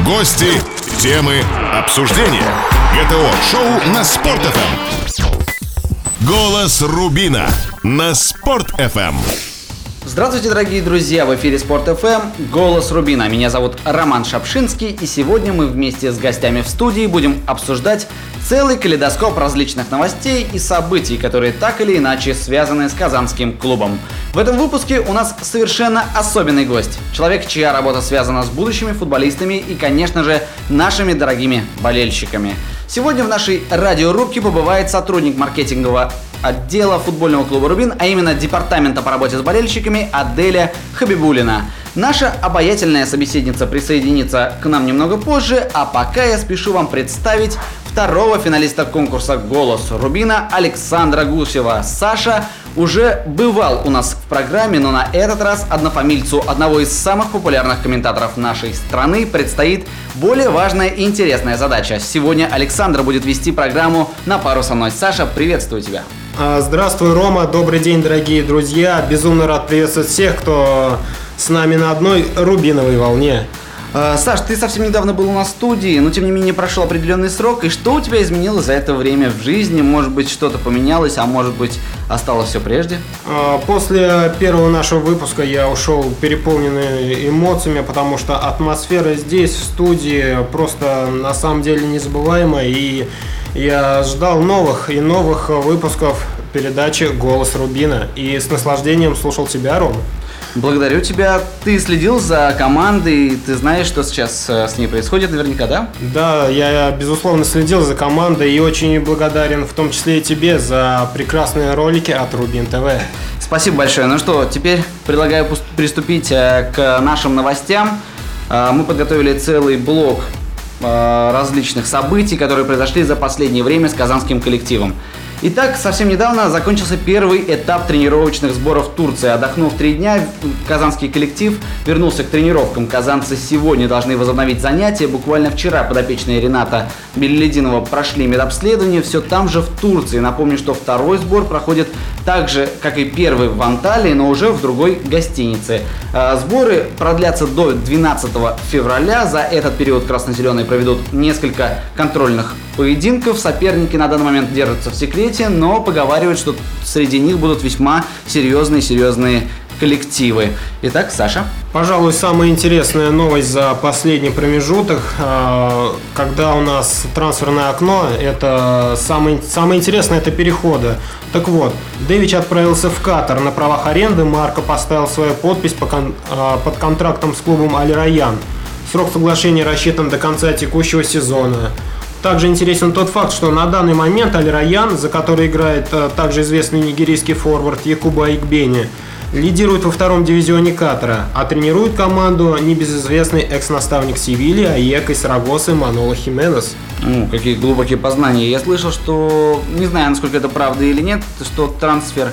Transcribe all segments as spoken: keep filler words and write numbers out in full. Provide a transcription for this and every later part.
Гости, темы, обсуждения. ГТО-шоу на Спорт.ФМ. Голос Рубина на Спорт.ФМ. Здравствуйте, дорогие друзья! В эфире Спорт.ФМ «Голос Рубина». Меня зовут Роман Шапшинский, и сегодня мы вместе с гостями в студии будем обсуждать целый калейдоскоп различных новостей и событий, которые так или иначе связаны с казанским клубом. В этом выпуске у нас совершенно особенный гость. Человек, чья работа связана с будущими футболистами и, конечно же, нашими дорогими болельщиками. Сегодня в нашей радиорубке побывает сотрудник маркетингового отдела футбольного клуба «Рубин», а именно департамента по работе с болельщиками Аделя Хабибуллина. Наша обаятельная собеседница присоединится к нам немного позже, а пока я спешу вам представить второго финалиста конкурса «Голос Рубина» Александра Гусева. Саша уже бывал у нас в программе, но на этот раз однофамильцу одного из самых популярных комментаторов нашей страны предстоит более важная и интересная задача. Сегодня Александр будет вести программу на пару со мной. Саша, приветствую тебя. Здравствуй, Рома, добрый день, дорогие друзья. Безумно рад приветствовать всех, кто с нами на одной рубиновой волне. Саш, ты совсем недавно был у нас в студии, но тем не менее прошел определенный срок. И что у тебя изменилось за это время в жизни? Может быть, что-то поменялось, а может быть, осталось все прежде? После первого нашего выпуска я ушел переполненный эмоциями, потому что атмосфера здесь, в студии, просто на самом деле незабываемая. И я ждал новых и новых выпусков передачи «Голос Рубина». И с наслаждением слушал тебя, Ром. Благодарю тебя. Ты следил за командой, ты знаешь, что сейчас с ней происходит наверняка, да? Да, я, безусловно, следил за командой и очень благодарен в том числе и тебе за прекрасные ролики от Рубин ТВ. Спасибо большое. Ну что, теперь предлагаю приступить к нашим новостям. Мы подготовили целый блок различных событий, которые произошли за последнее время с казанским коллективом. Итак, совсем недавно закончился первый этап тренировочных сборов в Турции. Отдохнув три дня, казанский коллектив вернулся к тренировкам. Казанцы сегодня должны возобновить занятия. Буквально вчера подопечные Рената Белелединова прошли медобследование все там же в Турции. Напомню, что второй сбор проходит так же, как и первый в Анталии, но уже в другой гостинице. Сборы продлятся до двенадцатого февраля. За этот период красно-зеленые проведут несколько контрольных поединков. Соперники на данный момент держатся в секрете, но поговаривают, что среди них будут весьма серьезные-серьезные коллективы. Итак, Саша. Пожалуй, самая интересная новость за последний промежуток, когда у нас трансферное окно, это самое, самое интересное, это переходы. Так вот, Дэвич отправился в Катар на правах аренды, Марко поставил свою подпись по кон, под контрактом с клубом Аль-Райян. Срок соглашения рассчитан до конца текущего сезона. Также интересен тот факт, что на данный момент Аль-Райян, за который играет а, также известный нигерийский форвард Якуба Айкбени, лидирует во втором дивизионе Катара, а тренирует команду небезызвестный экс-наставник Севильи Аек и Сарагосы Маноло Хименес. Ну, какие глубокие познания. Я слышал, что, не знаю, насколько это правда или нет, что трансфер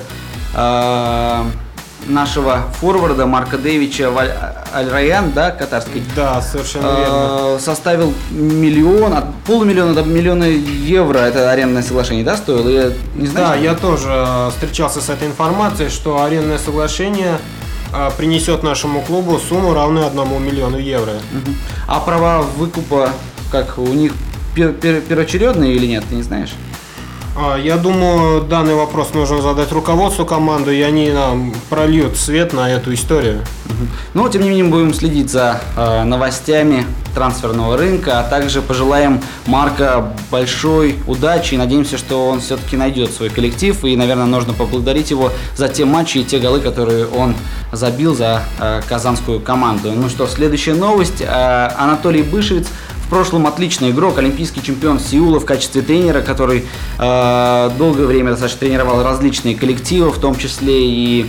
э, нашего форварда Марка Дэвича в Аль-Райян, да, катарский, да, совершенно верно, составил миллион, от полумиллиона до миллиона евро. Это арендное соглашение, да, стоило? Я не знаю. Да, я тоже встречался с этой информацией, что арендное соглашение принесет нашему клубу сумму, равную одному миллиону евро. Угу. А права выкупа, как у них пер- пер- первоочередные или нет, ты не знаешь? Я думаю, данный вопрос нужно задать руководству команды, и они нам прольют свет на эту историю. Но, тем не менее, мы будем следить за э, новостями трансферного рынка, а также пожелаем Марко большой удачи и надеемся, что он все-таки найдет свой коллектив. И, наверное, нужно поблагодарить его за те матчи и те голы, которые он забил за э, казанскую команду. Ну что, следующая новость. Э, Анатолий Бышевец, в прошлом отличный игрок, олимпийский чемпион Сеула в качестве тренера, который э, долгое время достаточно тренировал различные коллективы, в том числе и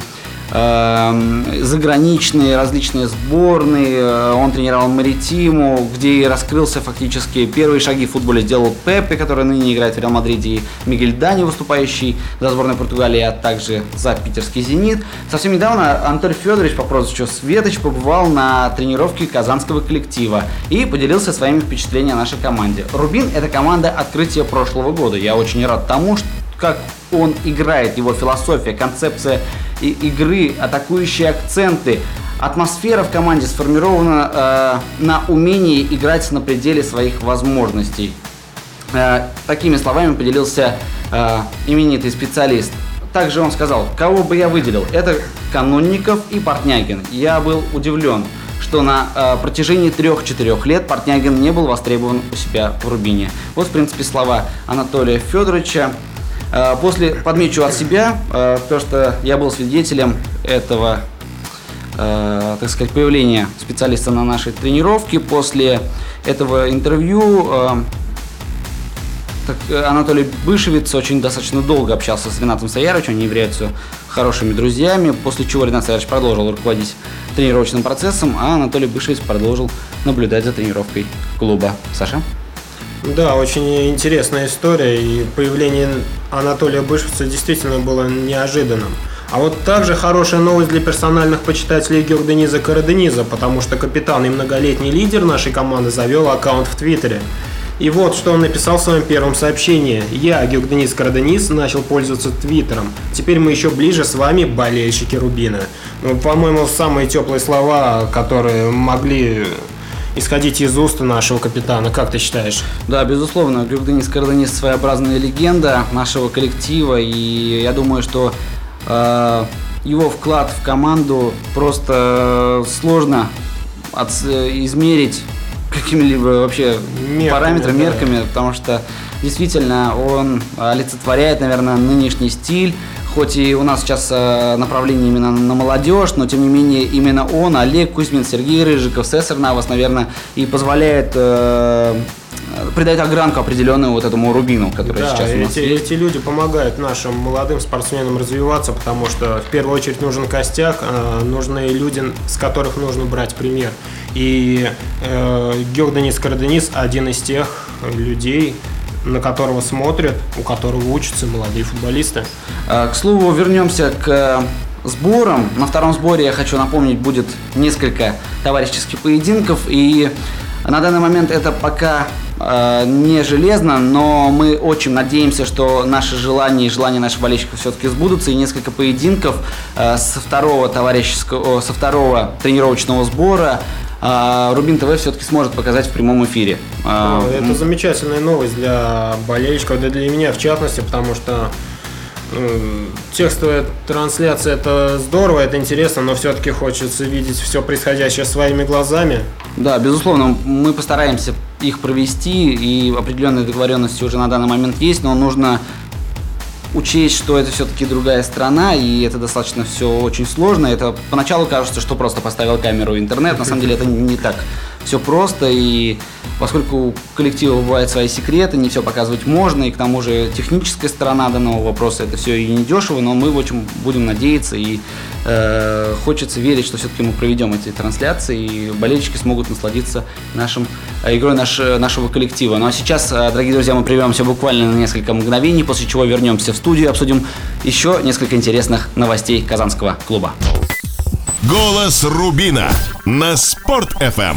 э, заграничные, различные сборные. Он тренировал Маритиму, где и раскрылся фактически. Первые шаги в футболе сделал Пепе, который ныне играет в Реал Мадриде, и Мигель Дани, выступающий за сборную Португалии, а также за питерский «Зенит». Совсем недавно Анатолий Федорович по прозвищу Светоч побывал на тренировке казанского коллектива и поделился своими впечатлениями о нашей команде. «Рубин» — это команда открытия прошлого года. Я очень рад тому, что как он играет, его философия, концепция и- игры, атакующие акценты. Атмосфера в команде сформирована э, на умении играть на пределе своих возможностей. Э, такими словами поделился э, именитый специалист. Также он сказал: кого бы я выделил? Это Канунников и Портнягин. Я был удивлен, что на э, протяжении трех-четырех лет Портнягин не был востребован у себя в Рубине. Вот, в принципе, слова Анатолия Федоровича. Э, после подмечу от себя, э, то, что я был свидетелем этого, э, так сказать, появления специалиста на нашей тренировке. После этого интервью э, так, Анатолий Бышевец очень достаточно долго общался с Ренатом Саярычем, они являются хорошими друзьями, после чего Ренат Саярыч продолжил руководить тренировочным процессом, а Анатолий Бышевец продолжил наблюдать за тренировкой клуба. Саша? Да, очень интересная история, и появление Анатолия Бышевца действительно было неожиданным. А вот также хорошая новость для персональных почитателей Георгдениза Карадениза, потому что капитан и многолетний лидер нашей команды завел аккаунт в Твиттере. И вот что он написал в своем первом сообщении. Я, Георгдениз Карадениз, начал пользоваться Твиттером. Теперь мы еще ближе с вами, болельщики Рубина. Ну, по-моему, самые теплые слова, которые могли исходить из уст нашего капитана. Как ты считаешь? Да, безусловно, Георгдениз Карадениз своеобразная легенда нашего коллектива. И я думаю, что э, его вклад в команду просто сложно от, измерить какими-либо вообще мерками, параметрами, да. мерками, потому что действительно он олицетворяет, наверное, нынешний стиль. Хоть и у нас сейчас направление именно на молодежь, но тем не менее именно он, Олег Кузьмин, Сергей Рыжиков, Сесар Навас, наверное, и позволяет э, придать огранку определенную вот этому Рубину, который да, сейчас у нас эти, есть. эти люди помогают нашим молодым спортсменам развиваться, потому что в первую очередь нужен костяк, э, нужны люди, с которых нужно брать пример. И э, Георгдениз Карадениз один из тех людей, на которого смотрят, у которого учатся молодые футболисты. К слову, вернемся к сборам. На втором сборе, я хочу напомнить, будет несколько товарищеских поединков. И на данный момент это пока э, не железно, но мы очень надеемся, что наши желания и желания наших болельщиков все-таки сбудутся. И несколько поединков э, со второго товарищеского, со второго тренировочного сбора Рубин ТВ все-таки сможет показать в прямом эфире. Это замечательная новость для болельщиков, да для меня в частности, потому что ну, текстовая трансляция — это здорово, это интересно, но все-таки хочется видеть все происходящее своими глазами. Да, безусловно, мы постараемся их провести, и определенные договоренности уже на данный момент есть, но нужно учесть, что это все-таки другая страна, и это достаточно все очень сложно. Это поначалу кажется, что просто поставил камеру в интернет. На самом деле это не так все просто, и поскольку у коллектива бывают свои секреты, не все показывать можно, и к тому же техническая сторона данного вопроса — это все и недешево, но мы очень будем надеяться, и э, хочется верить, что все-таки мы проведем эти трансляции, и болельщики смогут насладиться нашим, игрой наш, нашего коллектива. Ну а сейчас, дорогие друзья, мы прервемся буквально на несколько мгновений, после чего вернемся в студию и обсудим еще несколько интересных новостей казанского клуба. Голос Рубина на Спорт-ФМ.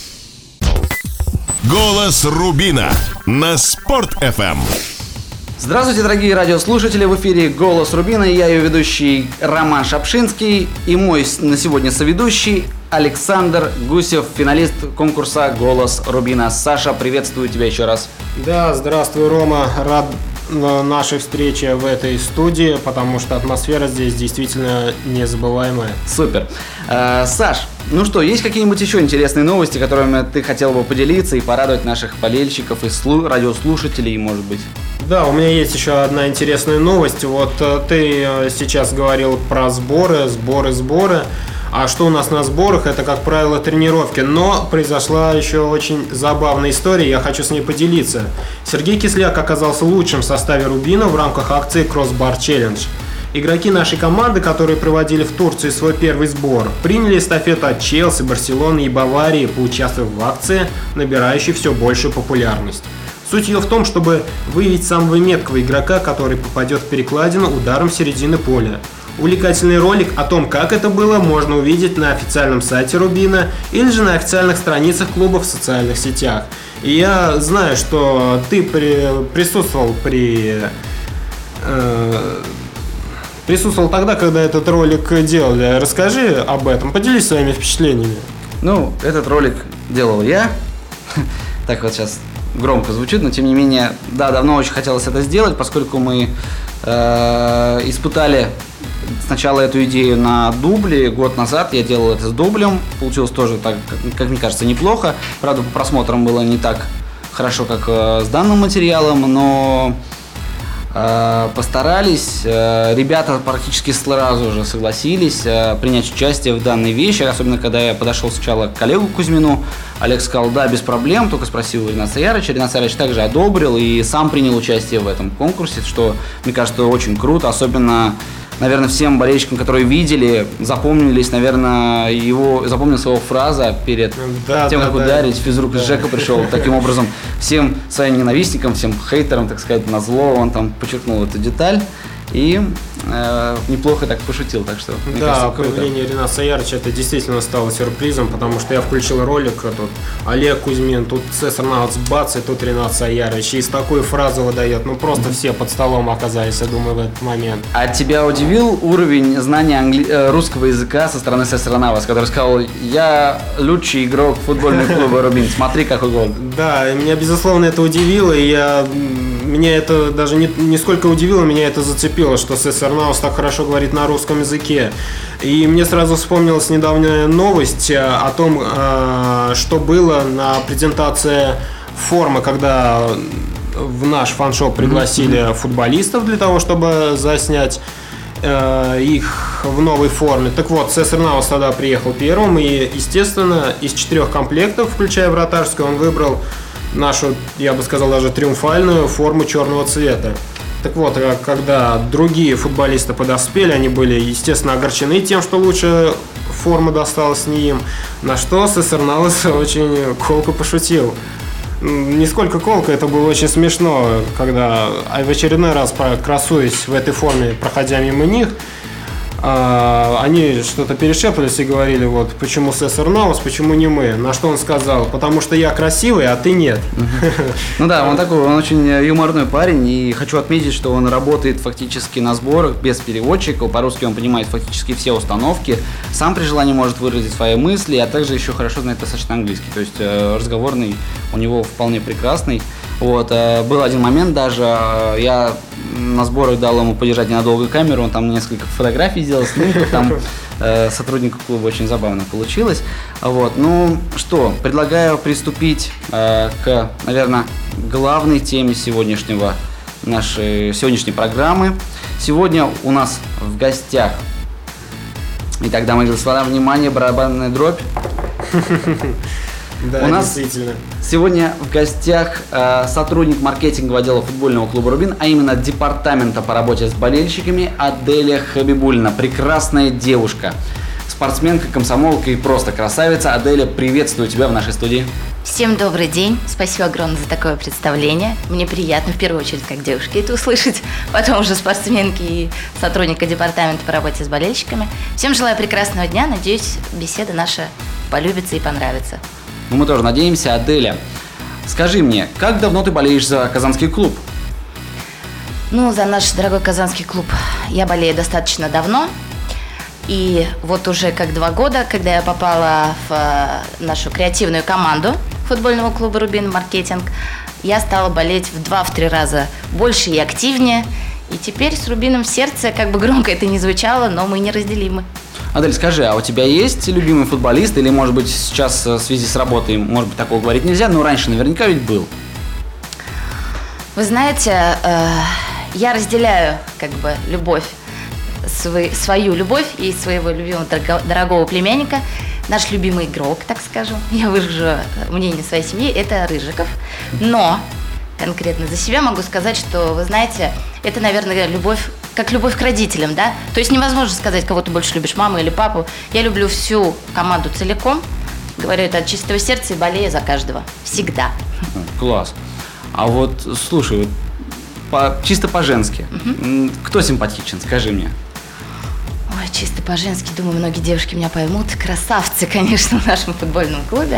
Голос Рубина на Спорт-ФМ. Здравствуйте, дорогие радиослушатели, в эфире «Голос Рубина», я ее ведущий Роман Шапшинский и мой на сегодня соведущий Александр Гусев, финалист конкурса «Голос Рубина». Саша, приветствую тебя еще раз. Да, здравствуй, Рома, рад нашей встрече в этой студии, потому что атмосфера здесь действительно незабываемая. Супер. Э, Саш, ну что, есть какие-нибудь еще интересные новости, которыми ты хотел бы поделиться и порадовать наших болельщиков и слу- радиослушателей, может быть? Да, у меня есть еще одна интересная новость. Вот ты сейчас говорил про сборы, сборы, сборы. А что у нас на сборах? Это, как правило, тренировки. Но произошла еще очень забавная история, я хочу с ней поделиться. Сергей Кисляк оказался лучшим в составе Рубина в рамках акции Crossbar Challenge. Игроки нашей команды, которые проводили в Турции свой первый сбор, приняли эстафету от Челси, Барселоны и Баварии, поучаствовав в акции, набирающей все большую популярность. Суть ее в том, чтобы выявить самого меткого игрока, который попадет в перекладину ударом в середины поля. Увлекательный ролик о том, как это было, можно увидеть на официальном сайте Рубина или же на официальных страницах клуба в социальных сетях. И я знаю, что ты при, присутствовал при э, присутствовал тогда, когда этот ролик делали. Расскажи об этом, поделись своими впечатлениями. Ну, этот ролик делал я. Так вот сейчас громко звучит, но тем не менее, да, давно очень хотелось это сделать, поскольку мы э, испытали сначала эту идею на дубле. Год назад я делал это с дублем. Получилось тоже, так, как мне кажется, неплохо. Правда, по просмотрам было не так хорошо, как э, с данным материалом, но э, постарались. Э, ребята практически сразу же согласились э, принять участие в данной вещи, особенно когда я подошел сначала к коллегу Кузьмину. Олег сказал, да, без проблем, только спросил Рената Саярыча. Ренат Саярыч также одобрил и сам принял участие в этом конкурсе, что, мне кажется, очень круто, особенно, наверное, всем болельщикам, которые видели, запомнились, наверное, его, запомнилась его фраза перед да, тем, да, как да, ударить. Физрук да. Жека пришел. Таким образом, всем своим ненавистникам, всем хейтерам, так сказать, назло, он там подчеркнул эту деталь и э, неплохо так пошутил, так что, мне да, кажется, круто. появление Рената Саярыча это действительно стало сюрпризом, потому что я включил ролик, тут Олег Кузьмин, тут Сесарнаутс бац, и тут Ренат Саярыч, и с такой фразы выдает, ну просто mm-hmm. все под столом оказались, я думаю, в этот момент. А тебя удивил уровень знания англи... русского языка со стороны Сесарнаутс, который сказал, я лучший игрок футбольного клуба Рубин, смотри, какой гол. Да, меня, безусловно, это удивило, и я... меня это даже не, не сколько удивило, меня это зацепило, что Сесарнаутс так хорошо говорит на русском языке. И мне сразу вспомнилась недавняя новость о том, что было на презентации формы, когда в наш фан-шоп пригласили mm-hmm. футболистов для того, чтобы заснять их в новой форме. Так вот, Сесарнаутс тогда приехал первым, и, естественно, из четырех комплектов, включая вратарскую, он выбрал нашу, я бы сказал, даже триумфальную форму черного цвета. Так вот, когда другие футболисты подоспели, они были, естественно, огорчены тем, что лучше форма досталась не им, на что Сесарнаутс очень колко пошутил. Не сколько колко, это было очень смешно, когда в очередной раз, красуясь в этой форме, проходя мимо них, они что-то перешептывались и говорили, вот, почему Сесарнаутс, почему не мы? На что он сказал, потому что я красивый, а ты нет. Ну да, он такой, он очень юморной парень, и хочу отметить, что он работает фактически на сборах без переводчика, по-русски он понимает фактически все установки, сам при желании может выразить свои мысли, а также еще хорошо знает достаточно английский, то есть разговорный у него вполне прекрасный. Вот, был один момент даже, я на сборах дал ему подержать ненадолго камеру, он там несколько фотографий сделал, снимков, там э, сотрудников клуба очень забавно получилось. Вот, ну что, предлагаю приступить э, к, наверное, главной теме сегодняшнего, нашей сегодняшней программы. Сегодня у нас в гостях, итак, дамы и господа, внимание, барабанная дробь. Да, у нас сегодня в гостях э, сотрудник маркетингового отдела футбольного клуба «Рубин», а именно департамента по работе с болельщиками Аделя Хабибуллина. Прекрасная девушка, спортсменка, комсомолка и просто красавица. Аделя, приветствую тебя в нашей студии. Всем добрый день, спасибо огромное за такое представление. Мне приятно в первую очередь как девушке это услышать, потом уже спортсменки и сотрудника департамента по работе с болельщиками. Всем желаю прекрасного дня, надеюсь, беседа наша полюбится и понравится. Ну, мы тоже надеемся. Аделя, скажи мне, как давно ты болеешь за казанский клуб? Ну, за наш дорогой казанский клуб я болею достаточно давно. И вот уже как два года, когда я попала в нашу креативную команду футбольного клуба «Рубин» маркетинг, я стала болеть в два-три раза больше и активнее. И теперь с «Рубином» в сердце, как бы громко это ни звучало, но мы неразделимы. Адель, скажи, а у тебя есть любимый футболист? Или, может быть, сейчас в связи с работой, может быть, такого говорить нельзя, но раньше наверняка ведь был. Вы знаете, э, я разделяю как бы любовь, свой, свою любовь и своего любимого дорого, дорогого племянника. Наш любимый игрок, так скажем, я выражу мнение своей семьи, это Рыжиков. Но конкретно за себя могу сказать, что, вы знаете, это, наверное, любовь, как любовь к родителям, да? То есть невозможно сказать, кого ты больше любишь, маму или папу. Я люблю всю команду целиком, говорю это от чистого сердца и болею за каждого. Всегда. Класс. А вот, слушай, вот по, чисто по-женски, угу. Кто симпатичен, скажи мне? Ой, чисто по-женски, думаю, многие девушки меня поймут. Красавцы, конечно, в нашем футбольном клубе.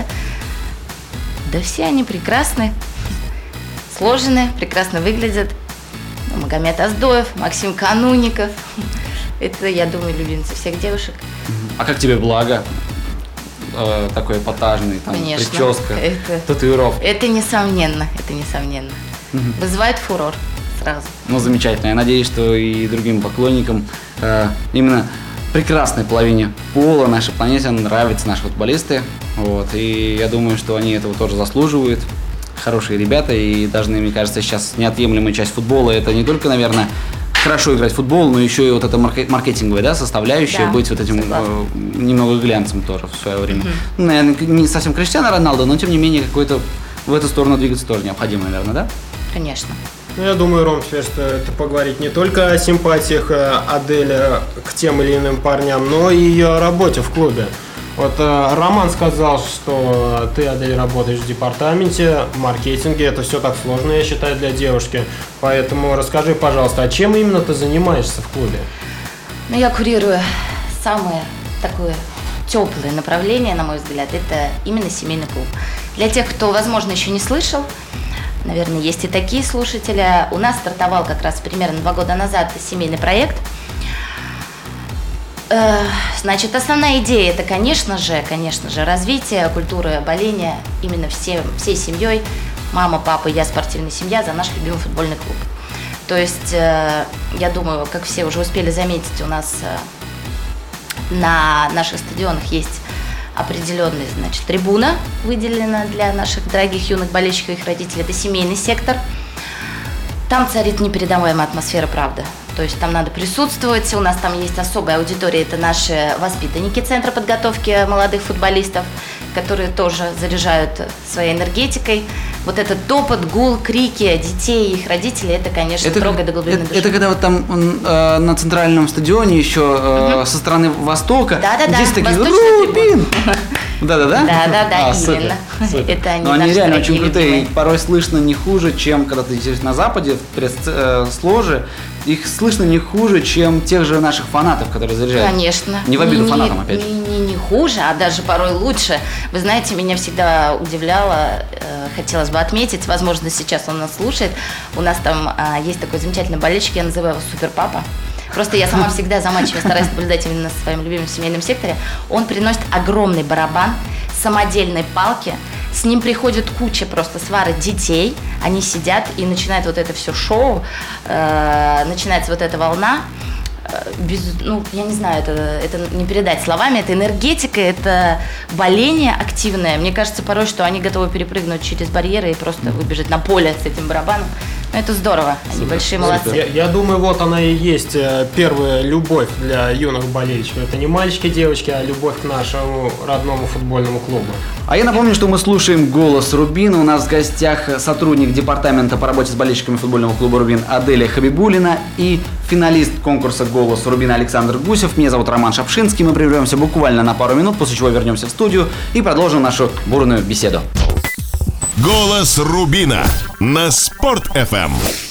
Да все они прекрасны, сложены, прекрасно выглядят. Магомед Аздоев, Максим Кануников. Это, я думаю, любимцы всех девушек. А как тебе благо? Э, такой эпатажный, там, Конечно, прическа, это- татуировка. Это несомненно, это несомненно. Вызывает фурор сразу. Ну, замечательно. Я надеюсь, что и другим поклонникам э, именно прекрасной половине пола нашей планете нравятся наши футболисты. Вот. И я думаю, что они этого тоже заслуживают. Хорошие ребята, и должны, мне кажется, сейчас неотъемлемая часть футбола. Это не только, наверное, хорошо играть в футбол, но еще и вот эта марке- маркетинговая, да, составляющая, Да, быть вот этим согласна. э, немного глянцем тоже в свое время. Ну, наверное, не совсем Криштиану Роналду, но тем не менее какой-то в эту сторону двигаться тоже необходимо, наверное, да? Конечно. Ну, я думаю, Ром, теперь стоит поговорить не только о симпатиях э, Адели к тем или иным парням, но и ее работе в клубе. Вот э, Роман сказал, что ты, Адель, работаешь в департаменте, в маркетинге. Это все так сложно, я считаю, для девушки. Поэтому расскажи, пожалуйста, а чем именно ты занимаешься в клубе? Ну, я курирую самое такое теплое направление, на мой взгляд, это именно семейный клуб. Для тех, кто, возможно, еще не слышал, наверное, есть и такие слушатели, у нас стартовал как раз примерно два года назад семейный проект. Э, Значит, основная идея это, конечно же, конечно же, развитие культуры боления именно все, всей семьей. Мама, папа, я, спортивная семья за наш любимый футбольный клуб. То есть, э, я думаю, как все уже успели заметить, у нас э, на наших стадионах есть определенная, значит, трибуна, выделена для наших дорогих юных болельщиков и их родителей. Это семейный сектор. Там царит непередаваемая атмосфера, правда. То есть там надо присутствовать. У нас там есть особая аудитория. Это наши воспитанники Центра подготовки молодых футболистов, которые тоже заряжают своей энергетикой. Вот этот топот, гул, крики детей и их родителей, это, конечно, трогает до глубины это, души. это когда вот там э, на центральном стадионе еще э, Мгм. со стороны Востока. Да-да-да, здесь такие восточная Рубин! Да-да-да? Да-да-да, А, супер, именно. супер. Это они Но они наши реально дорогие очень крутые. любимые. И порой слышно не хуже, чем когда ты здесь на Западе, в пресс-сложе. Их слышно не хуже, чем тех же наших фанатов, которые заряжают. Конечно. Не в обиду Не- фанатам, опять же. Не, не, не хуже, а даже порой лучше. Вы знаете, меня всегда удивляло, э, хотелось бы отметить, возможно, сейчас он нас слушает. У нас там а, есть такой замечательный болельщик, я называю его Суперпапа. Просто я сама всегда за матчами стараюсь наблюдать именно в своем любимом семейном секторе. Он приносит огромный барабан, самодельные палки. С ним приходит куча просто свары детей. Они сидят и начинает вот это все шоу. э, начинается вот эта волна. Э, без, ну, я не знаю, это, это не передать словами. Это энергетика, это боление активное. Мне кажется порой, что они готовы перепрыгнуть через барьеры и просто выбежать на поле с этим барабаном. Ну, это здорово. Они Супер, большие супер. молодцы. Я, я думаю, вот она и есть э, первая любовь для юных болельщиков. Это не мальчики, девочки, а любовь к нашему родному футбольному клубу. А я напомню, что мы слушаем «Голос Рубина». У нас в гостях сотрудник департамента по работе с болельщиками футбольного клуба «Рубин» Аделя Хабибуллина и финалист конкурса «Голос Рубина» Александр Гусев. Меня зовут Роман Шапшинский. Мы прервемся буквально на пару минут, после чего вернемся в студию и продолжим нашу бурную беседу. «Голос Рубина» на Спорт-ФМ.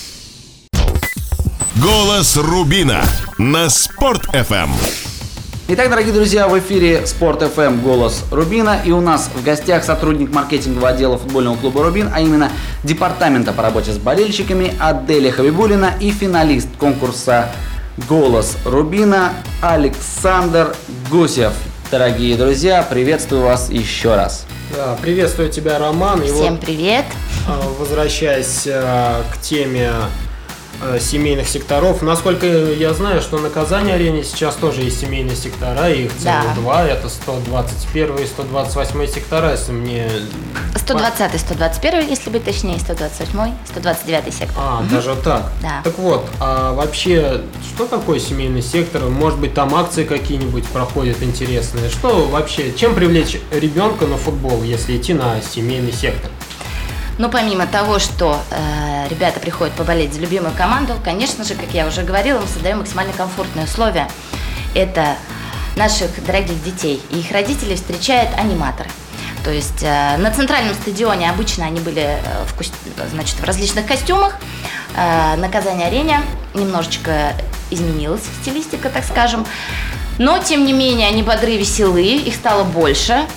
«Голос Рубина» на Спорт-ФМ. Итак, дорогие друзья, в эфире Спорт-ФМ «Голос Рубина». И у нас в гостях сотрудник маркетингового отдела футбольного клуба «Рубин», а именно департамента по работе с болельщиками Аделя Хабибуллина и финалист конкурса «Голос Рубина» Александр Гусев. Дорогие друзья, приветствую вас еще раз. Да, приветствую тебя, Роман. И Всем вот, привет. э, возвращаясь э, к теме э, семейных секторов, насколько я знаю, что на Казани-арене сейчас тоже есть семейные сектора, их целых Да. два, это сто двадцать первый и сто двадцать восьмой сектора, если мне... сто двадцатый, сто двадцать первый, если быть точнее, сто двадцать восьмой, сто двадцать девятый сектор. А, даже так? Да. Так вот, а вообще, что такое семейный сектор? Может быть, там акции какие-нибудь проходят интересные? Что вообще, чем привлечь ребенка на футбол, если идти на семейный сектор? Ну, помимо того, что э, ребята приходят поболеть за любимую команду, конечно же, как я уже говорила, мы создаем максимально комфортные условия. Это наших дорогих детей и их родителей встречают аниматоры. То есть э, на центральном стадионе обычно они были э, в, кос- значит, в различных костюмах. Э, на Казани-арене немножечко изменилась стилистика, так скажем. Но, тем не менее, они бодры, веселые, их стало больше.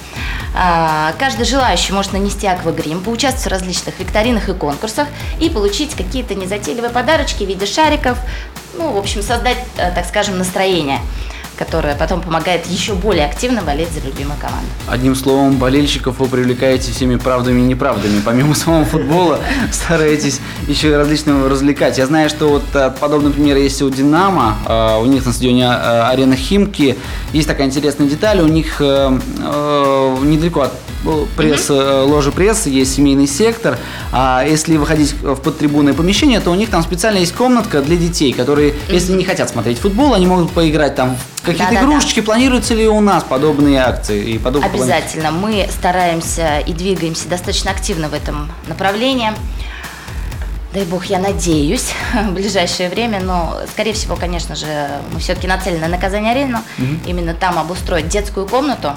Каждый желающий может нанести аквагрим, поучаствовать в различных викторинах и конкурсах и получить какие-то незатейливые подарочки в виде шариков. Ну, в общем, создать, так скажем, настроение, которая потом помогает еще более активно болеть за любимую команду. Одним словом, болельщиков вы привлекаете всеми правдами и неправдами. Помимо самого футбола стараетесь еще и различного развлекать. Я знаю, что вот подобный пример есть у «Динамо». У них на стадионе «Арена Химки» есть такая интересная деталь. У них недалеко от пресс, mm-hmm. ложи прессы есть семейный сектор. А если выходить в подтрибунное помещение, то у них там специально есть комнатка для детей, которые, mm-hmm. если не хотят смотреть футбол, они могут поиграть там в какие-то да, игрушечки. Да, да. Планируются ли у нас подобные акции? И подобные Обязательно. Мы стараемся и двигаемся достаточно активно в этом направлении. Дай бог, я надеюсь, в ближайшее время, но, скорее всего, конечно же, мы все-таки нацелены на Казань-арену, mm-hmm. именно там обустроить детскую комнату,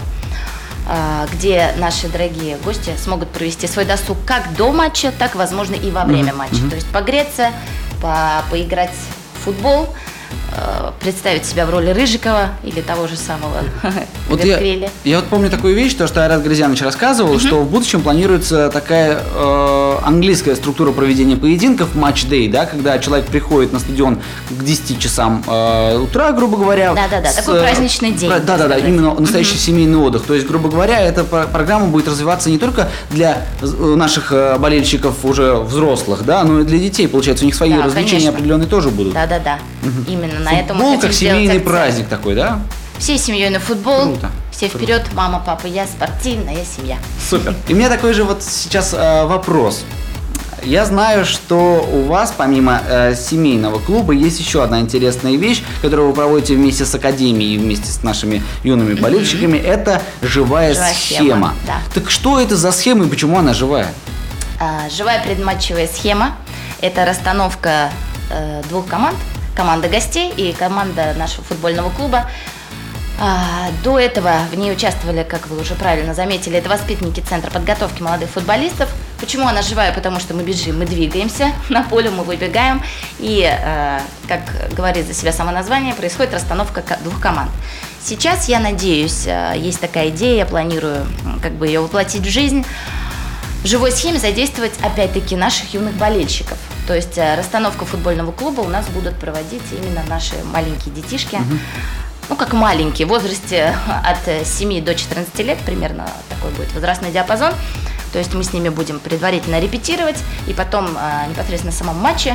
где наши дорогие гости смогут провести свой досуг как до матча, так, возможно, и во время mm-hmm. матча. Mm-hmm. То есть погреться, по- поиграть в футбол, представить себя в роли Рыжикова или того же самого вот я, я вот помню такую вещь, то, что Айрат Грызянович рассказывал, uh-huh. что в будущем планируется такая э, английская структура проведения поединков, матч-дэй, да, когда человек приходит на стадион к десяти часам э, утра, грубо говоря. Да-да-да, такой праздничный день. Да-да-да, именно настоящий uh-huh. семейный отдых. То есть, грубо говоря, эта программа будет развиваться не только для наших болельщиков уже взрослых, да, но и для детей, получается, у них свои да, развлечения конечно. Определенные тоже будут. Да-да-да, uh-huh. именно на этом мы как семейный праздник такой, да? Всей семьей на футбол. Круто. Все Круто. Вперед, мама, папа, я спортивная семья. Супер. И у меня такой же вот сейчас э, вопрос. Я знаю, что у вас, помимо э, семейного клуба, есть еще одна интересная вещь, которую вы проводите вместе с академией, вместе с нашими юными болельщиками. Mm-hmm. Это живая, живая схема. схема. Да. Так что это за схема и почему она живая? А, живая предматчевая схема – это расстановка э, двух команд. Команда гостей и команда нашего футбольного клуба. А, до этого в ней участвовали, как вы уже правильно заметили, это воспитанники Центра подготовки молодых футболистов. Почему она живая? Потому что мы бежим, мы двигаемся на поле, мы выбегаем. И, а, как говорит за себя само название, происходит расстановка двух команд. Сейчас, я надеюсь, есть такая идея, я планирую как бы ее воплотить в жизнь. В живой схеме задействовать, опять-таки, наших юных болельщиков. То есть расстановку футбольного клуба у нас будут проводить именно наши маленькие детишки. Угу. Ну, как маленькие, в возрасте от семи до четырнадцати лет, примерно такой будет возрастной диапазон. То есть мы с ними будем предварительно репетировать, и потом непосредственно в самом матче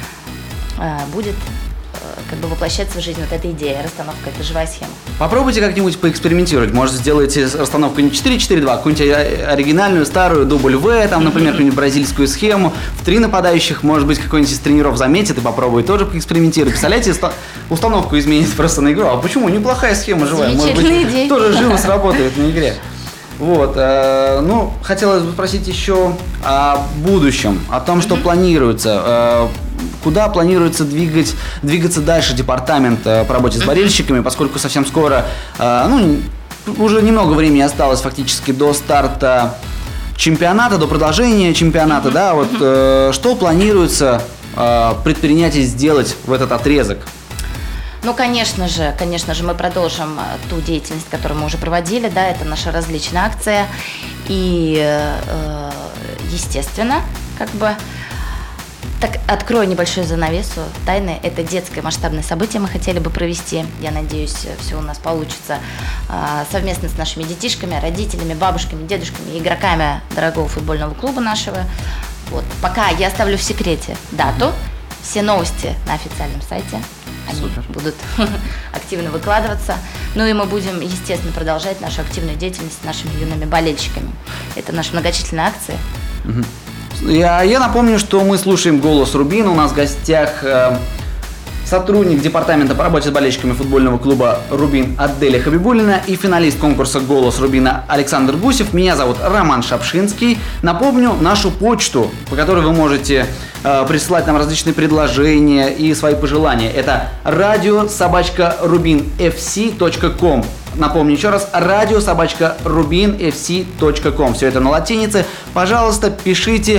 будет как бы воплощаться в жизнь вот эта идея, расстановка, это живая схема. Попробуйте как-нибудь поэкспериментировать. Может, сделайте расстановку не четыре четыре два, какую-нибудь оригинальную, старую, дубль В, там, например, какую-нибудь бразильскую схему, в три нападающих, может быть, какой-нибудь из тренеров заметит и попробует тоже поэкспериментировать. Представляете, установку изменить просто на игру. А почему? Неплохая схема живая. Может быть, идея. Тоже живо сработает на игре. Вот, э, ну, хотелось бы спросить еще о будущем, о том, что mm-hmm. планируется, э, куда планируется двигать, двигаться дальше департамент э, по работе с болельщиками, поскольку совсем скоро, э, ну, уже немного времени осталось фактически до старта чемпионата, до продолжения чемпионата, mm-hmm. да, вот, э, что планируется э, предпринять и сделать в этот отрезок? Ну, конечно же, конечно же, мы продолжим ту деятельность, которую мы уже проводили, да, это наша различная акция, и, э, естественно, как бы, так, открою небольшую занавесу тайны, это детское масштабное событие мы хотели бы провести, я надеюсь, все у нас получится, э, совместно с нашими детишками, родителями, бабушками, дедушками, игроками дорогого футбольного клуба нашего. Вот, пока я оставлю в секрете дату, все новости на официальном сайте. Они Супер. Будут активно выкладываться. Ну и мы будем, естественно, продолжать нашу активную деятельность с нашими юными болельщиками. Это наша многочисленная акция. Угу. Я, я напомню, что мы слушаем «Голос Рубина». У нас в гостях э, сотрудник департамента по работе с болельщиками футбольного клуба «Рубин» Аделя Хабибуллина и финалист конкурса «Голос Рубина» Александр Гусев. Меня зовут Роман Шапшинский. Напомню нашу почту, по которой вы можете э, присылать нам различные предложения и свои пожелания. Это радио собака рубин эф си точка ком. Напомню еще раз, радио собака рубин эф си точка ком. Все это на латинице. Пожалуйста, пишите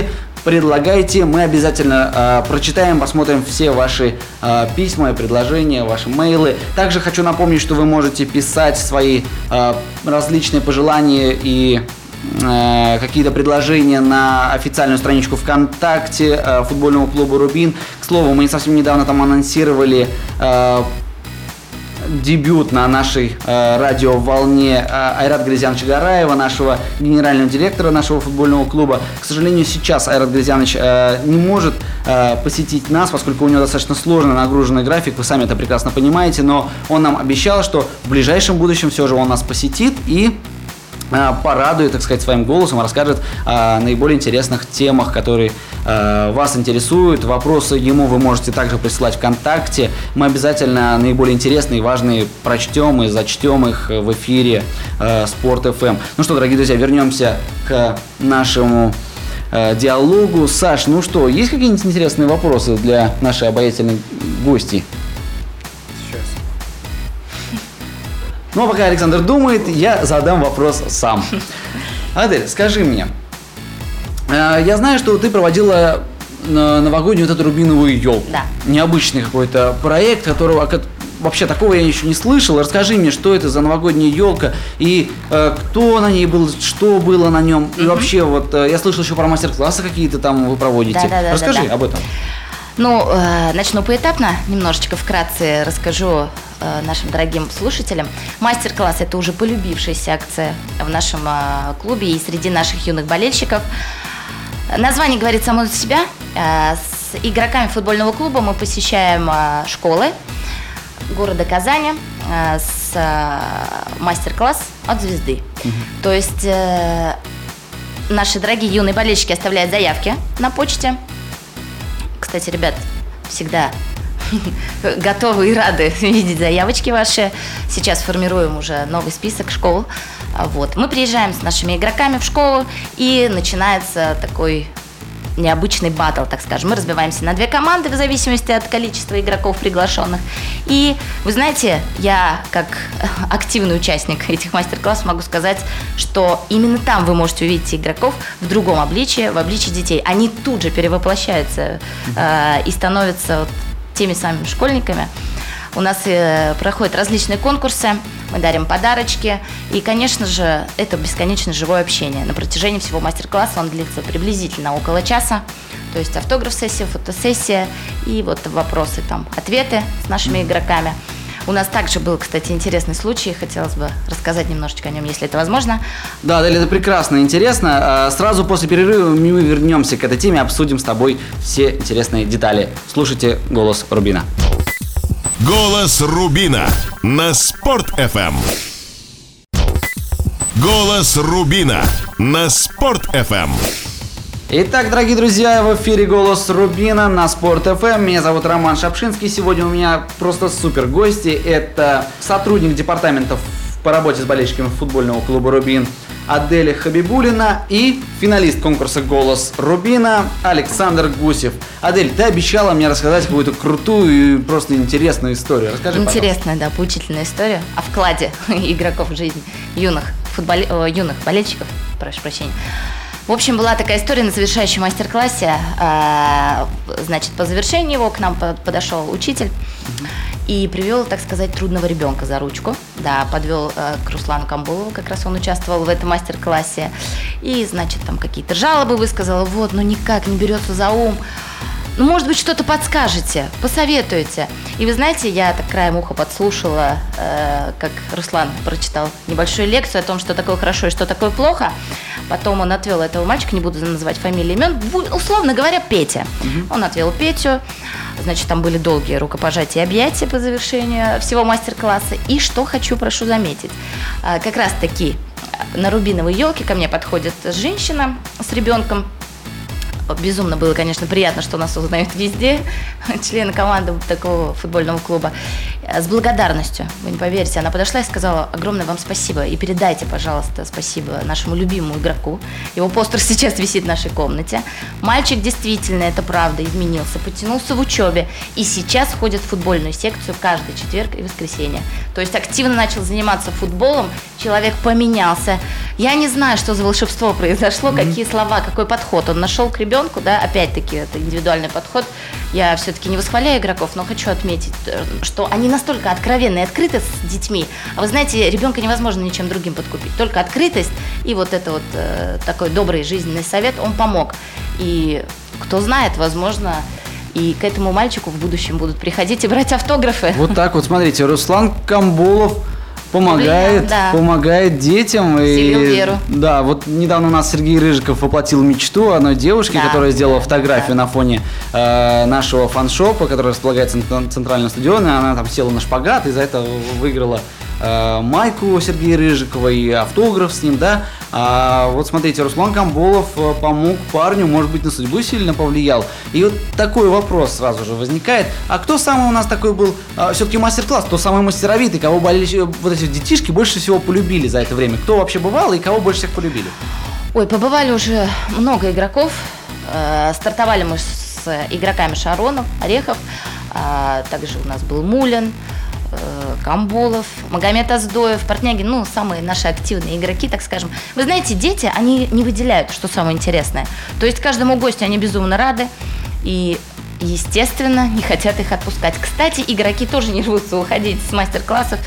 предлагайте. Мы обязательно э, прочитаем, посмотрим все ваши э, письма и предложения, ваши мейлы. Также хочу напомнить, что вы можете писать свои э, различные пожелания и э, какие-то предложения на официальную страничку ВКонтакте э, футбольного клуба «Рубин». К слову, мы совсем недавно там анонсировали э, дебют на нашей э, радиоволне э, Айрата Грызьяновича Гараева, нашего генерального директора нашего футбольного клуба. К сожалению, сейчас Айрат Грызьянович э, не может э, посетить нас, поскольку у него достаточно сложно нагруженный график, вы сами это прекрасно понимаете, но он нам обещал, что в ближайшем будущем все же он нас посетит и порадует, так сказать, своим голосом, расскажет о наиболее интересных темах, которые э, вас интересуют. Вопросы ему вы можете также присылать ВКонтакте. Мы обязательно наиболее интересные и важные прочтем и зачтем их в эфире э, Спорт эф эм. Ну что, дорогие друзья, вернемся к нашему э, диалогу. Саш, ну что, есть какие-нибудь интересные вопросы для нашей обаятельной гости? Ну, а пока Александр думает, я задам вопрос сам. Адель, скажи мне, э, я знаю, что ты проводила новогоднюю вот эту рубиновую елку. Да. Необычный какой-то проект, которого вообще такого я еще не слышал. Расскажи мне, что это за новогодняя елка и э, кто на ней был, что было на нем. Mm-hmm. И вообще, вот э, я слышал еще про мастер-классы какие-то там вы проводите. Да, да, да, Расскажи да, да. об этом. Ну, э, начну поэтапно, немножечко вкратце расскажу э, нашим дорогим слушателям. Мастер-класс – это уже полюбившаяся акция в нашем э, клубе и среди наших юных болельщиков. Название говорит само за себя. Э, с игроками футбольного клуба мы посещаем э, школы города Казани э, с э, мастер-класс от звезды. Угу. То есть э, наши дорогие юные болельщики оставляют заявки на почте. Кстати, ребят, всегда готовы и рады видеть заявочки ваши. Сейчас формируем уже новый список школ. Вот. Мы приезжаем с нашими игроками в школу, и начинается такой необычный баттл, так скажем. Мы разбиваемся на две команды в зависимости от количества игроков приглашенных. И вы знаете, я как активный участник этих мастер-классов могу сказать, что именно там вы можете увидеть игроков в другом обличии, в обличии детей. Они тут же перевоплощаются э, и становятся вот теми самыми школьниками. У нас э, проходят различные конкурсы, мы дарим подарочки, и, конечно же, это бесконечно живое общение. На протяжении всего мастер-класса он длится приблизительно около часа, то есть автограф-сессия, фотосессия и вот вопросы, там, ответы с нашими игроками. У нас также был, кстати, интересный случай, хотелось бы рассказать немножечко о нем, если это возможно. Да, Далее, это прекрасно, интересно. Сразу после перерыва мы вернемся к этой теме, обсудим с тобой все интересные детали. Слушайте «Голос Рубина». Голос Рубина на Спорт эф эм. Голос Рубина на Спорт эф эм. Итак, дорогие друзья, в эфире «Голос Рубина» на Спорт эф эм. Меня зовут Роман Шапшинский. Сегодня у меня просто супер гости. Это сотрудник департамента по работе с болельщиками футбольного клуба «Рубин» Аделя Хабибулина и финалист конкурса «Голос Рубина» Александр Гусев. Адель, ты обещала мне рассказать какую-то крутую и просто интересную историю. Расскажи, Интересная, да, поучительная история о вкладе игроков в жизнь юных, футболи... О, юных болельщиков. Прошу прощения. В общем, была такая история на завершающем мастер-классе. Значит, по завершении его к нам подошел учитель и привел, так сказать, трудного ребенка за ручку. Да, подвел к Руслану Камбулову, как раз он участвовал в этом мастер-классе. И, значит, там какие-то жалобы высказал. Вот, ну никак не берется за ум. Ну, может быть, что-то подскажете, посоветуете. И вы знаете, я так краем уха подслушала, э, как Руслан прочитал небольшую лекцию о том, что такое хорошо и что такое плохо. Потом он отвел этого мальчика, не буду называть фамилии, имен, условно говоря, Петя. Угу. Он отвел Петю, значит, там были долгие рукопожатия и объятия по завершению всего мастер-класса. И что хочу, прошу заметить, э, как раз-таки на рубиновой елке ко мне подходит женщина с ребенком. Безумно было, конечно, приятно, что нас узнают везде, члены команды такого футбольного клуба. с благодарностью. Вы не поверите, она подошла и сказала: огромное вам спасибо, и передайте, пожалуйста, спасибо нашему любимому игроку. Его постер сейчас висит в нашей комнате. Мальчик действительно, это правда, изменился, потянулся в учебе и сейчас ходит в футбольную секцию каждый четверг и воскресенье. То есть активно начал заниматься футболом, человек поменялся. Я не знаю, что за волшебство произошло, mm-hmm. какие слова, какой подход он нашел к ребенку, да, опять-таки это индивидуальный подход. Я все-таки не восхваляю игроков, но хочу отметить, что они настолько откровенны и открыты с детьми. А вы знаете, ребенка невозможно ничем другим подкупить. Только открытость и вот это вот э, такой добрый жизненный совет, он помог. И кто знает, возможно, и к этому мальчику в будущем будут приходить и брать автографы. Вот так вот, смотрите, Руслан Камбулов помогает, да. помогает детям. Вселил и, веру. Да, вот недавно у нас Сергей Рыжиков воплотил мечту одной девушки, да, которая сделала да, фотографию да. на фоне э, нашего фан-шопа, который располагается на центральном стадионе. Она там села на шпагат и за это выиграла э, майку Сергея Рыжикова и автограф с ним, да. А вот смотрите, Руслан Камбулов помог парню, может быть, на судьбу сильно повлиял. И вот такой вопрос сразу же возникает. А кто самый у нас такой был, э, все-таки мастер-класс, кто самый мастеровитый, кого болели, вот эти детишки больше всего полюбили за это время? Кто вообще бывал и кого больше всех полюбили? Ой, побывали уже много игроков. Э, стартовали мы с игроками Шаронов, Орехов. А также у нас был Мулин, э, Камбулов, Магомед Аздоев, Портнягин. Ну, самые наши активные игроки, так скажем. Вы знаете, дети, они не выделяют, что самое интересное. То есть каждому гостю они безумно рады. И естественно, не хотят их отпускать. Кстати, игроки тоже не рвутся уходить с мастер-классов.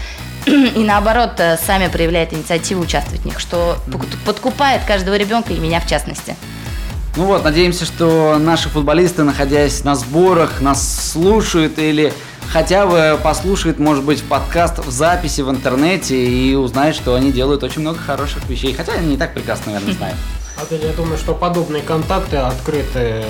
И наоборот, сами проявляют инициативу участвовать в них, что подкупает каждого ребенка и меня в частности. Ну вот, надеемся, что наши футболисты, находясь на сборах, нас слушают или хотя бы послушают, может быть, подкаст в записи в интернете и узнают, что они делают очень много хороших вещей. Хотя они не так прекрасно, наверное, знают. Адель, я думаю, что подобные контакты открытые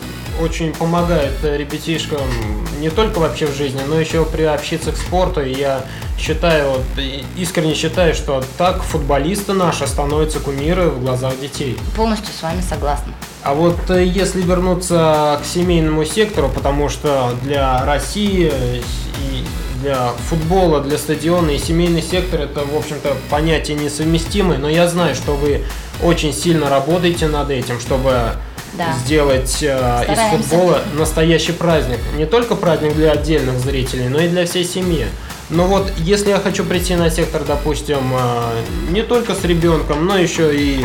очень помогает ребятишкам не только вообще в жизни, но еще приобщиться к спорту. И я считаю, вот, искренне считаю, что так футболисты наши становятся кумиры в глазах детей. Полностью с вами согласна. А вот если вернуться к семейному сектору, потому что для России и для футбола, для стадиона и семейный сектор — это, в общем-то, понятия несовместимые, но я знаю, что вы очень сильно работаете над этим, чтобы да. сделать э, из футбола настоящий праздник. Не только праздник для отдельных зрителей, но и для всей семьи. Но вот если я хочу прийти на сектор, допустим, э, не только с ребенком, но еще и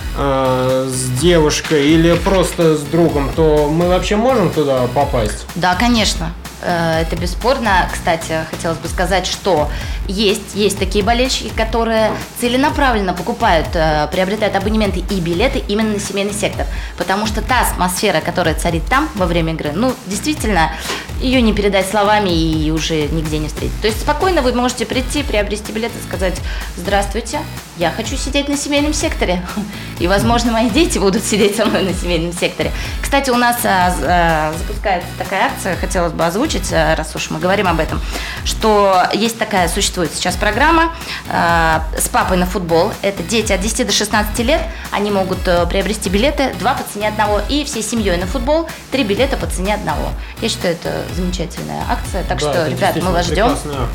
э, с девушкой или просто с другом, то мы вообще можем туда попасть? Да, конечно. Это бесспорно. Кстати, хотелось бы сказать, что есть, есть такие болельщики, которые целенаправленно покупают, приобретают абонементы и билеты именно на семейный сектор. Потому что та атмосфера, которая царит там во время игры, ну, действительно, ее не передать словами и уже нигде не встретить. То есть спокойно вы можете прийти, приобрести билет и сказать: здравствуйте, я хочу сидеть на семейном секторе. И, возможно, мои дети будут сидеть со мной на семейном секторе. Кстати, у нас а, а, запускается такая акция, хотелось бы озвучить, раз уж мы говорим об этом, что есть такая, существует сейчас программа э, с папой на футбол. Это дети от десяти до шестнадцати лет, они могут э, приобрести билеты, два по цене одного, и всей семьей на футбол, три билета по цене одного. Я считаю, это замечательная акция, так да, что, ребят, мы вас ждем.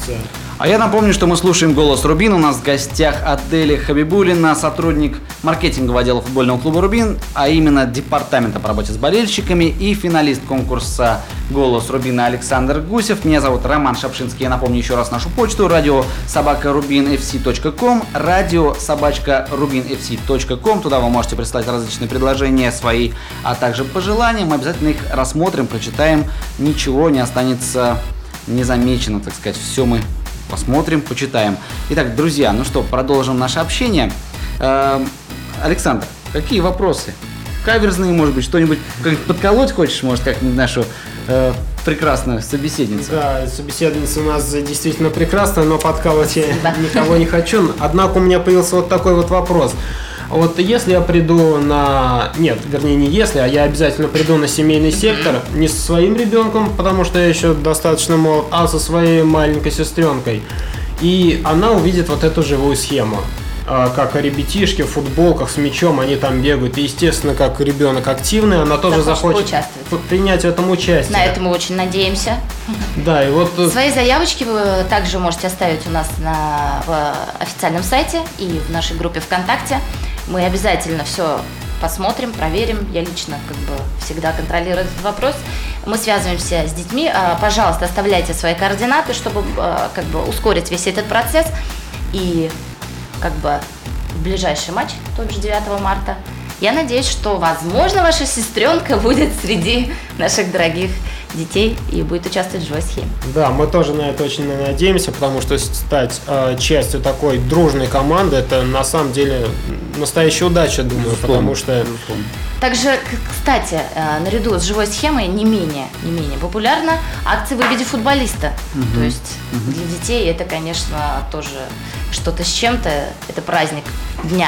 А я напомню, что мы слушаем «Голос Рубин». У нас в гостях Аделя Хабибуллина, сотрудник маркетингового отдела футбольного клуба «Рубин», а именно департамента по работе с болельщиками, и финалист конкурса «Голос Рубина» Александр Гусев. Меня зовут Роман Шапшинский. Я напомню еще раз нашу почту: радио собака рубин эф си точка ком, радио собачка рубин эф си точка ком. Туда вы можете присылать различные предложения свои, а также пожелания. Мы обязательно их рассмотрим, прочитаем. Ничего не останется незамеченным, так сказать. Все мы посмотрим, почитаем. Итак, друзья, ну что, продолжим наше общение. Э, Александр, какие вопросы? Каверзные, может быть, что-нибудь подколоть хочешь, может, как-нибудь нашу э, прекрасную собеседницу? Да, собеседница у нас действительно прекрасная, но подкалывать я никого не хочу. Однако у меня появился вот такой вот вопрос. Вот если я приду на... Нет, вернее, не если, а я обязательно приду на семейный сектор не со своим ребенком, потому что я еще достаточно молод, а со своей маленькой сестренкой. И она увидит вот эту живую схему. как ребятишки в футболках с мячом, они там бегают. И, естественно, как ребенок активный, она тоже захочет принять в этом участие. На это мы очень надеемся. Да, и вот... Свои заявочки вы также можете оставить у нас на в официальном сайте и в нашей группе ВКонтакте. Мы обязательно все посмотрим, проверим. Я лично как бы всегда контролирую этот вопрос. Мы связываемся с детьми. Пожалуйста, оставляйте свои координаты, чтобы как бы ускорить весь этот процесс. И как бы в ближайший матч, тот же девятого марта, я надеюсь, что, возможно, ваша сестренка будет среди наших дорогих детей и будет участвовать в живой схеме. Да, мы тоже на это очень надеемся, потому что стать э, частью такой дружной команды, это на самом деле настоящая удача, думаю, безусловно, потому что... Безусловно. Также, кстати, э, наряду с живой схемой не менее, не менее популярна акция «Выведи футболиста». Угу. То есть угу. для детей это, конечно, тоже что-то с чем-то, это праздник дня.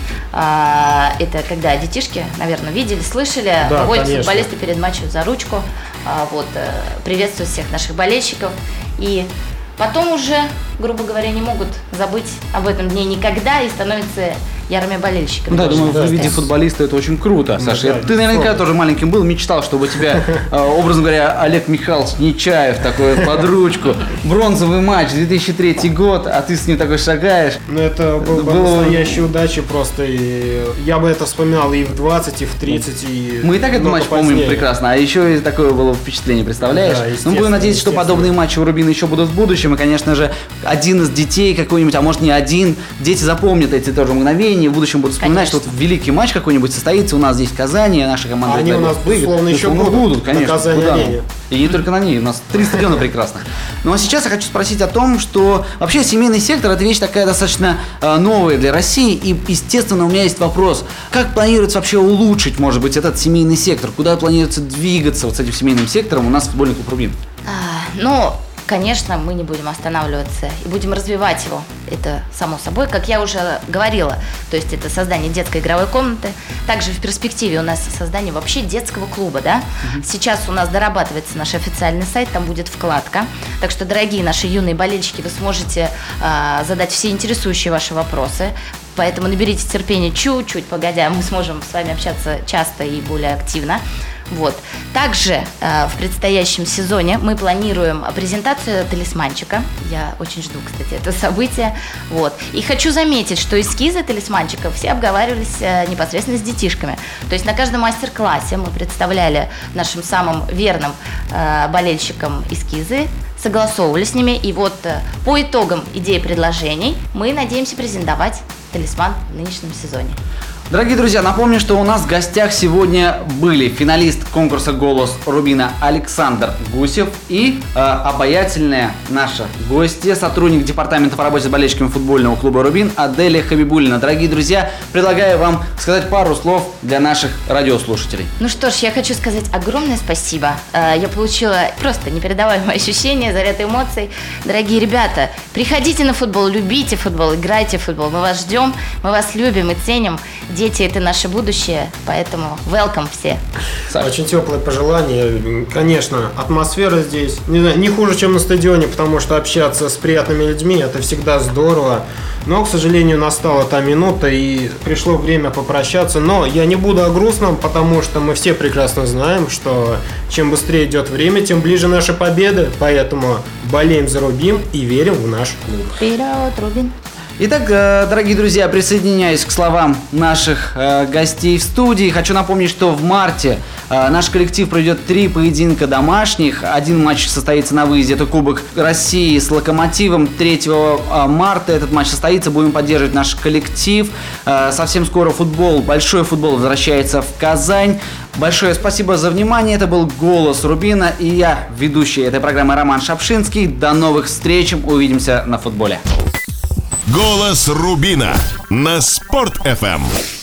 Это когда детишки, наверное, видели, слышали, да, выводят конечно. Футболисты перед матчем за ручку, вот, приветствуют всех наших болельщиков. И потом уже, грубо говоря, не могут забыть об этом дне никогда и становятся ярыми болельщиками. Да, думаю, в виде футболиста это очень круто, Саша. Да, ты наверняка тоже маленьким был, мечтал, чтобы у тебя, образно говоря, Олег Михайлович Нечаев такой под ручку. Бронзовый матч, две тысячи третий год, а ты с ним такой шагаешь. Ну, это был бы было... настоящая удача просто. И я бы это вспоминал и в двадцать, и в тридцать, и мы и так этот матч позднее. Помним прекрасно, а еще и такое было впечатление, представляешь? Да, ну, будем надеяться, что подобные матчи у Рубина еще будут в будущем. И, конечно же, один из детей какой-нибудь, а может не один, дети запомнят эти тоже мгновения. В будущем будут вспоминать, конечно. Что вот великий матч какой-нибудь состоится у нас здесь в Казани, а наша команда... Они у нас, безусловно, еще будут, будут конечно. Казани. И не только на ней, у нас три стадиона прекрасных. Ну а сейчас я хочу спросить о том, что вообще семейный сектор – это вещь такая достаточно э, новая для России, и, естественно, у меня есть вопрос, как планируется вообще улучшить, может быть, этот семейный сектор, куда планируется двигаться вот с этим семейным сектором у нас футбольный клуб «Рубин»? А, ну... Конечно, мы не будем останавливаться и будем развивать его. Это само собой, как я уже говорила. То есть это создание детской игровой комнаты. Также в перспективе у нас создание вообще детского клуба, да? Uh-huh. Сейчас у нас дорабатывается наш официальный сайт, там будет вкладка. Так что, дорогие наши юные болельщики, вы сможете э, задать все интересующие ваши вопросы. Поэтому наберите терпения чуть-чуть, погодя, мы сможем с вами общаться часто и более активно. Вот. Также э, в предстоящем сезоне мы планируем презентацию талисманчика. Я очень жду, кстати, это событие. Вот. И хочу заметить, что эскизы талисманчика все обговаривались э, непосредственно с детишками. То есть на каждом мастер-классе мы представляли нашим самым верным э, болельщикам эскизы, согласовывали с ними. И вот э, по итогам идей и предложений мы надеемся презентовать талисман в нынешнем сезоне. Дорогие друзья, напомню, что у нас в гостях сегодня были финалист конкурса «Голос Рубина» Александр Гусев и э, обаятельная наша гостья, сотрудник департамента по работе с болельщиками футбольного клуба «Рубин» Аделя Хабибуллина. Дорогие друзья, предлагаю вам сказать пару слов для наших радиослушателей. Ну что ж, я хочу сказать огромное спасибо. Я получила просто непередаваемые ощущения, заряд эмоций. Дорогие ребята, приходите на футбол, любите футбол, играйте в футбол. Мы вас ждем, мы вас любим и ценим. Дети – это наше будущее, поэтому welcome все. Очень теплое пожелание. Конечно, атмосфера здесь не, знаю, не хуже, чем на стадионе, потому что общаться с приятными людьми – это всегда здорово. Но, к сожалению, настала та минута, и пришло время попрощаться. Но я не буду о грустном, потому что мы все прекрасно знаем, что чем быстрее идет время, тем ближе наши победы. Поэтому болеем за Рубин и верим в наш клуб. Вперед, Рубин! Итак, дорогие друзья, присоединяюсь к словам наших э, гостей в студии. Хочу напомнить, что в марте э, наш коллектив проведет три поединка домашних. Один матч состоится на выезде, это Кубок России с Локомотивом. третьего марта этот матч состоится, будем поддерживать наш коллектив. Э, совсем скоро футбол, большой футбол возвращается в Казань. Большое спасибо за внимание. Это был «Голос Рубина» и я, ведущий этой программы Роман Шапшинский. До новых встреч, увидимся на футболе. «Голос Рубина» на Спорт эф эм.